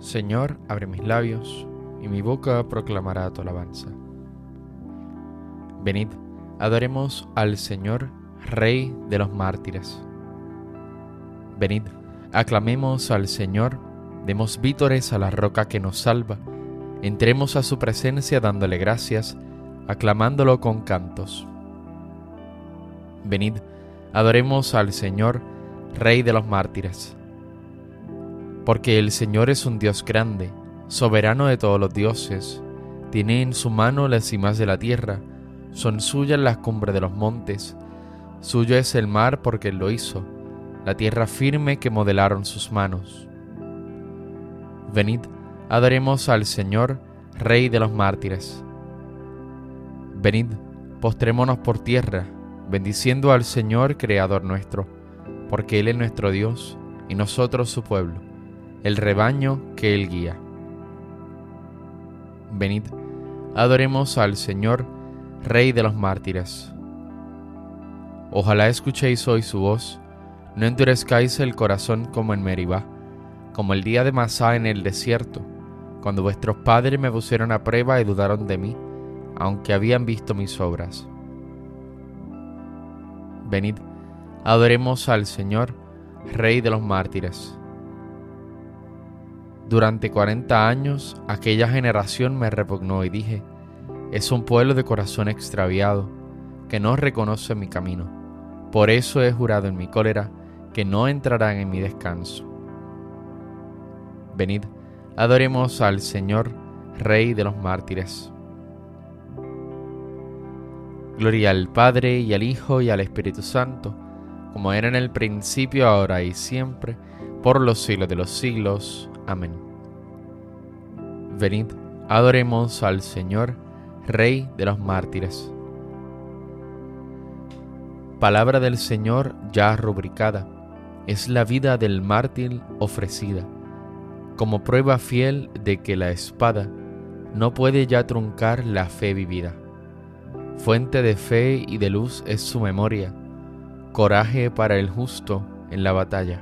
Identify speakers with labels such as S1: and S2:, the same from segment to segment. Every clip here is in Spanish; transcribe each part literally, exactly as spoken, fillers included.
S1: Señor, abre mis labios, y mi boca proclamará tu alabanza. Venid, adoremos al Señor, Rey de los mártires. Venid, aclamemos al Señor, demos vítores a la roca que nos salva, entremos a su presencia dándole gracias, aclamándolo con cantos. Venid, adoremos al Señor, Rey de los mártires. Porque el Señor es un Dios grande, soberano de todos los dioses, tiene en su mano las cimas de la tierra, son suyas las cumbres de los montes, suyo es el mar porque Él lo hizo, la tierra firme que modelaron sus manos. Venid, adoremos al Señor, Rey de los mártires. Venid, postrémonos por tierra, bendiciendo al Señor, Creador nuestro, porque Él es nuestro Dios y nosotros su pueblo, el rebaño que Él guía. Venid, adoremos al Señor, Rey de los mártires. Ojalá escuchéis hoy su voz, no endurezcáis el corazón como en Meribá, como el día de Masá en el desierto, cuando vuestros padres me pusieron a prueba y dudaron de mí, aunque habían visto mis obras. Venid, adoremos al Señor, Rey de los mártires. Durante cuarenta años aquella generación me repugnó y dije, es un pueblo de corazón extraviado, que no reconoce mi camino. Por eso he jurado en mi cólera que no entrarán en mi descanso. Venid, adoremos al Señor, Rey de los mártires. Gloria al Padre, y al Hijo, y al Espíritu Santo, como era en el principio, ahora y siempre, por los siglos de los siglos. Amén. Venid, adoremos al Señor, Rey de los mártires. Palabra del Señor ya rubricada, es la vida del mártir ofrecida, como prueba fiel de que la espada no puede ya truncar la fe vivida. Fuente de fe y de luz es su memoria, coraje para el justo en la batalla.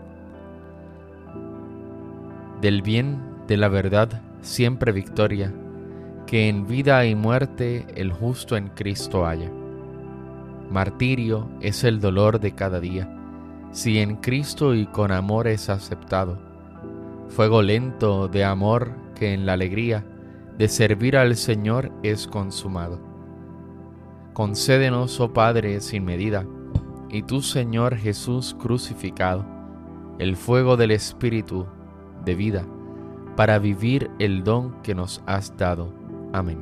S1: Del bien, de la verdad, siempre victoria, que en vida y muerte el justo en Cristo haya. Martirio es el dolor de cada día, si en Cristo y con amor es aceptado. Fuego lento de amor que en la alegría de servir al Señor es consumado. Concédenos, oh Padre, sin medida, y tú, Señor Jesús crucificado, el fuego del Espíritu de vida, para vivir el don que nos has dado. Amén.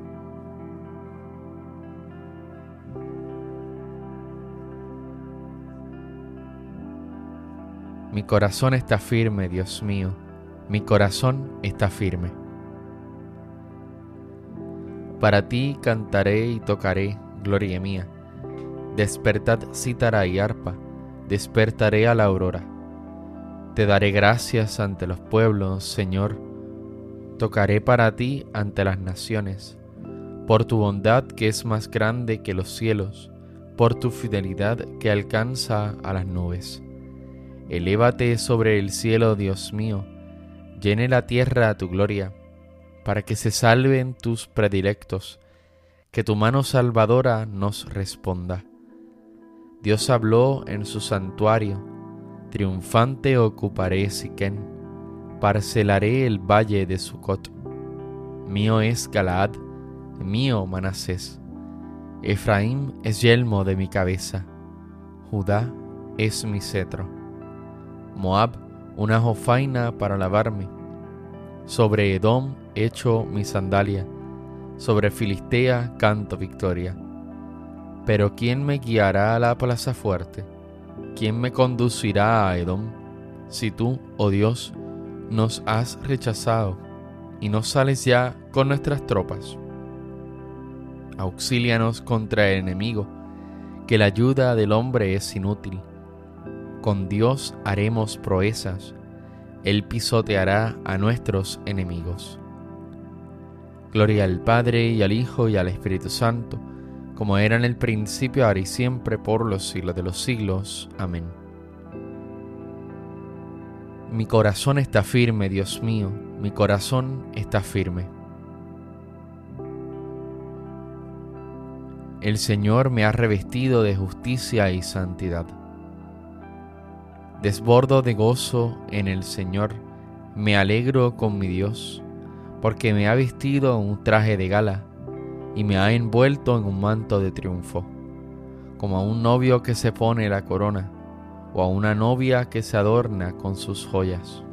S1: Mi corazón está firme, Dios mío, mi corazón está firme. Para ti cantaré y tocaré, gloria mía. Despertad cítara y arpa, despertaré a la aurora. Te daré gracias ante los pueblos, Señor. Tocaré para ti ante las naciones, por tu bondad que es más grande que los cielos, por tu fidelidad que alcanza a las nubes. Elévate sobre el cielo, Dios mío, llene la tierra tu gloria, para que se salven tus predilectos, que tu mano salvadora nos responda. Dios habló en su santuario, triunfante ocuparé Siquén, parcelaré el valle de Sucot. Mío es Galaad, mío Manasés. Efraín es yelmo de mi cabeza, Judá es mi cetro. Moab, una jofaina para lavarme. Sobre Edom echo mi sandalia, sobre Filistea canto victoria. Pero ¿quién me guiará a la plaza fuerte? ¿Quién me conducirá a Edom? Si tú, oh Dios, nos has rechazado y no sales ya con nuestras tropas. Auxílianos contra el enemigo, que la ayuda del hombre es inútil. Con Dios haremos proezas, Él pisoteará a nuestros enemigos. Gloria al Padre, y al Hijo, y al Espíritu Santo, como era en el principio, ahora y siempre, por los siglos de los siglos. Amén. Mi corazón está firme, Dios mío, mi corazón está firme. El Señor me ha revestido de justicia y santidad. Desbordo de gozo en el Señor, me alegro con mi Dios, porque me ha vestido un traje de gala y me ha envuelto en un manto de triunfo, como a un novio que se pone la corona, o a una novia que se adorna con sus joyas.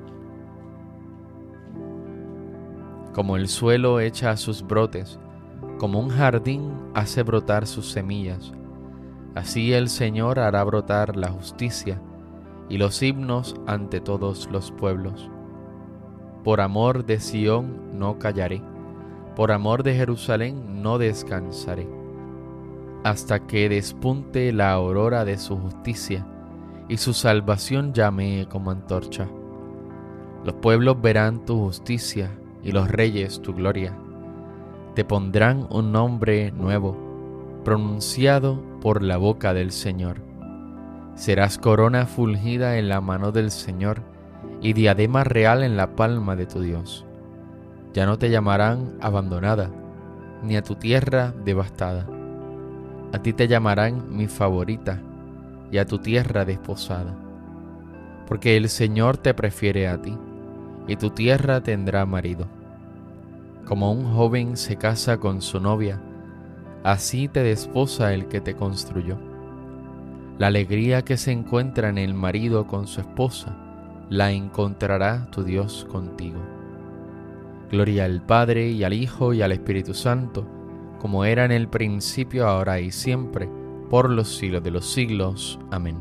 S1: Como el suelo echa sus brotes, como un jardín hace brotar sus semillas, así el Señor hará brotar la justicia y los himnos ante todos los pueblos. Por amor de Sión no callaré, por amor de Jerusalén no descansaré, hasta que despunte la aurora de su justicia y su salvación llame como antorcha. Los pueblos verán tu justicia y los reyes tu gloria. Te pondrán un nombre nuevo, pronunciado por la boca del Señor. Serás corona fulgida en la mano del Señor y diadema real en la palma de tu Dios. Ya no te llamarán abandonada, ni a tu tierra devastada. A ti te llamarán mi favorita, y a tu tierra desposada, porque el Señor te prefiere a ti, y tu tierra tendrá marido. Como un joven se casa con su novia, así te desposa el que te construyó. La alegría que se encuentra en el marido con su esposa, la encontrará tu Dios contigo. Gloria al Padre, y al Hijo, y al Espíritu Santo, como era en el principio, ahora y siempre, por los siglos de los siglos. Amén.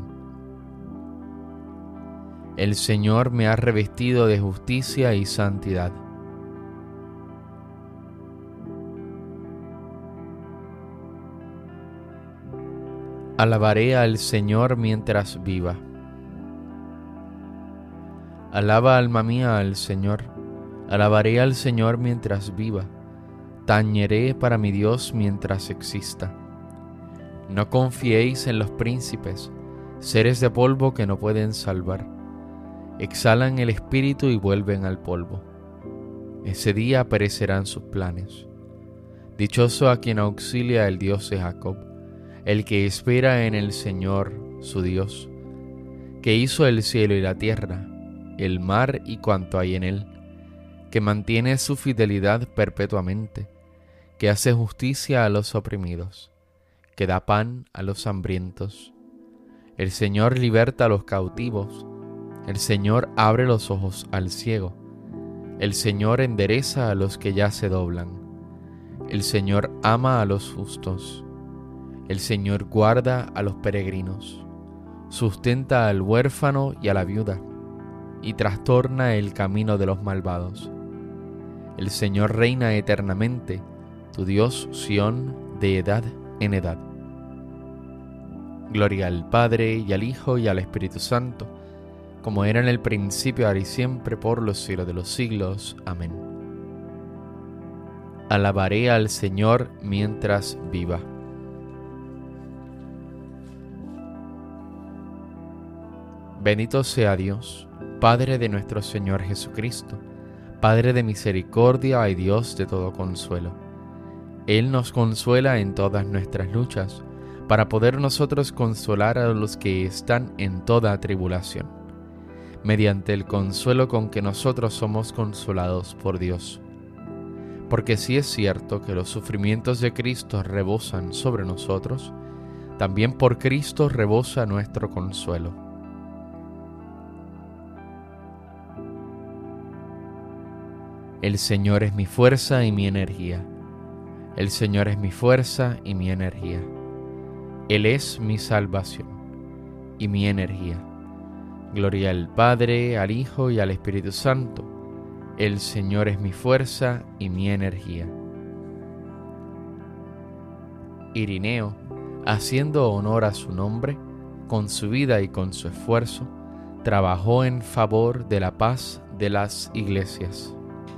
S1: El Señor me ha revestido de justicia y santidad. Alabaré al Señor mientras viva. Alaba, alma mía, al Señor. Alabaré al Señor mientras viva. Tañeré para mi Dios mientras exista. No confiéis en los príncipes, seres de polvo que no pueden salvar. Exhalan el espíritu y vuelven al polvo. Ese día perecerán sus planes. Dichoso a quien auxilia el Dios de Jacob, el que espera en el Señor, su Dios, que hizo el cielo y la tierra, el mar y cuanto hay en él, que mantiene su fidelidad perpetuamente, que hace justicia a los oprimidos, que da pan a los hambrientos. El Señor liberta a los cautivos, el Señor abre los ojos al ciego, el Señor endereza a los que ya se doblan, el Señor ama a los justos, el Señor guarda a los peregrinos, sustenta al huérfano y a la viuda, y trastorna el camino de los malvados. El Señor reina eternamente, tu Dios Sión, de edad en edad. Gloria al Padre, y al Hijo, y al Espíritu Santo, como era en el principio, ahora y siempre, por los siglos de los siglos. Amén. Alabaré al Señor mientras viva. Bendito sea Dios, Padre de nuestro Señor Jesucristo, Padre de misericordia y Dios de todo consuelo. Él nos consuela en todas nuestras luchas, para poder nosotros consolar a los que están en toda tribulación, mediante el consuelo con que nosotros somos consolados por Dios. Porque si es cierto que los sufrimientos de Cristo rebosan sobre nosotros, también por Cristo rebosa nuestro consuelo. El Señor es mi fuerza y mi energía. El Señor es mi fuerza y mi energía. Él es mi salvación y mi energía. Gloria al Padre, al Hijo y al Espíritu Santo. El Señor es mi fuerza y mi energía. Irineo, haciendo honor a su nombre, con su vida y con su esfuerzo, trabajó en favor de la paz de las iglesias.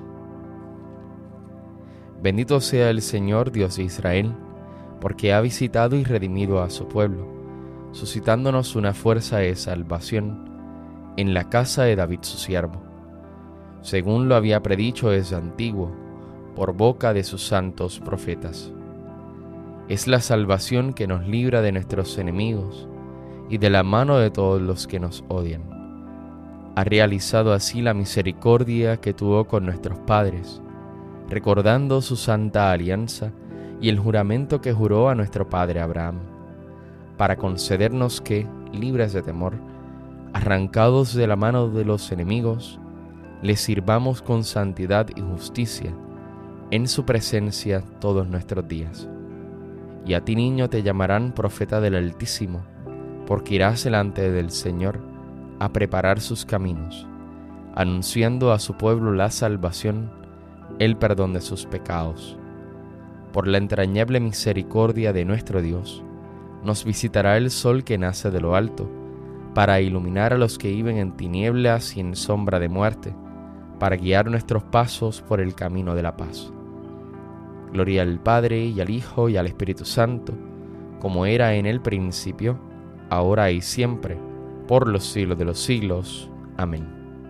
S1: Bendito sea el Señor Dios de Israel, porque ha visitado y redimido a su pueblo, suscitándonos una fuerza de salvación en la casa de David su siervo, según lo había predicho desde antiguo, por boca de sus santos profetas. Es la salvación que nos libra de nuestros enemigos y de la mano de todos los que nos odian. Ha realizado así la misericordia que tuvo con nuestros padres, recordando su santa alianza y el juramento que juró a nuestro padre Abraham, para concedernos que, libres de temor, arrancados de la mano de los enemigos, les sirvamos con santidad y justicia en su presencia todos nuestros días. Y a ti, niño, te llamarán profeta del Altísimo, porque irás delante del Señor a preparar sus caminos, anunciando a su pueblo la salvación, el perdón de sus pecados. Por la entrañable misericordia de nuestro Dios, nos visitará el sol que nace de lo alto, para iluminar a los que viven en tinieblas y en sombra de muerte, para guiar nuestros pasos por el camino de la paz. Gloria al Padre, y al Hijo, y al Espíritu Santo, como era en el principio, ahora y siempre, por los siglos de los siglos. Amén.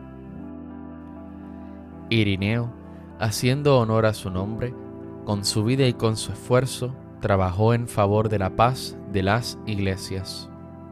S1: Irineo, haciendo honor a su nombre, con su vida y con su esfuerzo, trabajó en favor de la paz de las iglesias.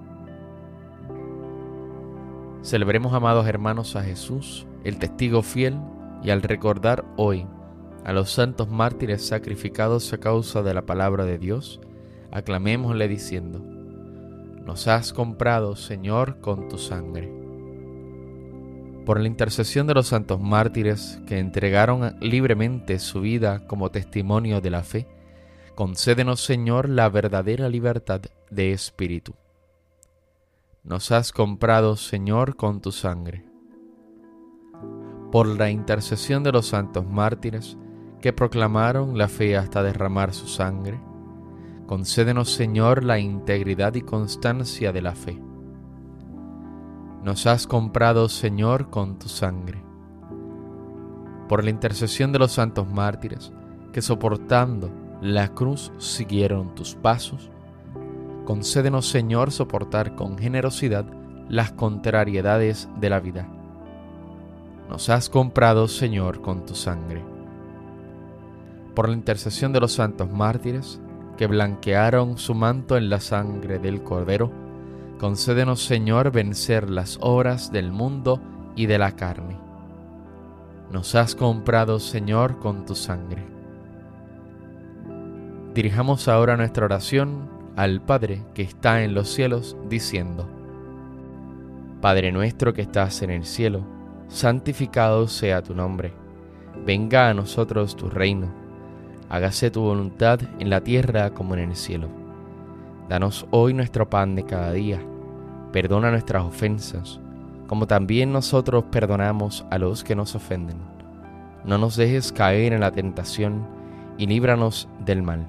S1: Celebremos, amados hermanos, a Jesús, el testigo fiel, y al recordar hoy a los santos mártires sacrificados a causa de la palabra de Dios, aclamémosle diciendo: nos has comprado, Señor, con tu sangre. Por la intercesión de los santos mártires que entregaron libremente su vida como testimonio de la fe, concédenos, Señor, la verdadera libertad de espíritu. Nos has comprado, Señor, con tu sangre. Por la intercesión de los santos mártires que proclamaron la fe hasta derramar su sangre, concédenos, Señor, la integridad y constancia de la fe. Nos has comprado, Señor, con tu sangre. Por la intercesión de los santos mártires que, soportando la cruz, siguieron tus pasos, concédenos, Señor, soportar con generosidad las contrariedades de la vida. Nos has comprado, Señor, con tu sangre. Por la intercesión de los santos mártires que blanquearon su manto en la sangre del Cordero, concédenos, Señor, vencer las obras del mundo y de la carne. Nos has comprado, Señor, con tu sangre. Dirijamos ahora nuestra oración al Padre que está en los cielos, diciendo: Padre nuestro que estás en el cielo, santificado sea tu nombre. Venga a nosotros tu reino. Hágase tu voluntad en la tierra como en el cielo. Danos hoy nuestro pan de cada día. Perdona nuestras ofensas, como también nosotros perdonamos a los que nos ofenden. No nos dejes caer en la tentación y líbranos del mal.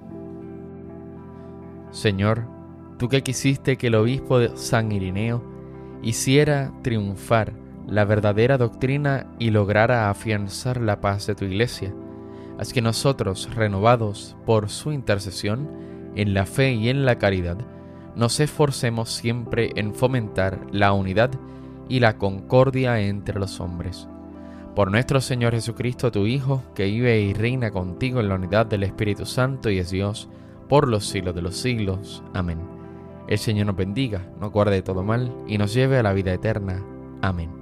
S1: Señor, tú que quisiste que el obispo de San Irineo hiciera triunfar la verdadera doctrina y lograra afianzar la paz de tu iglesia, haz que nosotros, renovados por su intercesión en la fe y en la caridad, nos esforcemos siempre en fomentar la unidad y la concordia entre los hombres. Por nuestro Señor Jesucristo, tu Hijo, que vive y reina contigo en la unidad del Espíritu Santo y es Dios, por los siglos de los siglos. Amén. El Señor nos bendiga, nos guarde de todo mal y nos lleve a la vida eterna. Amén.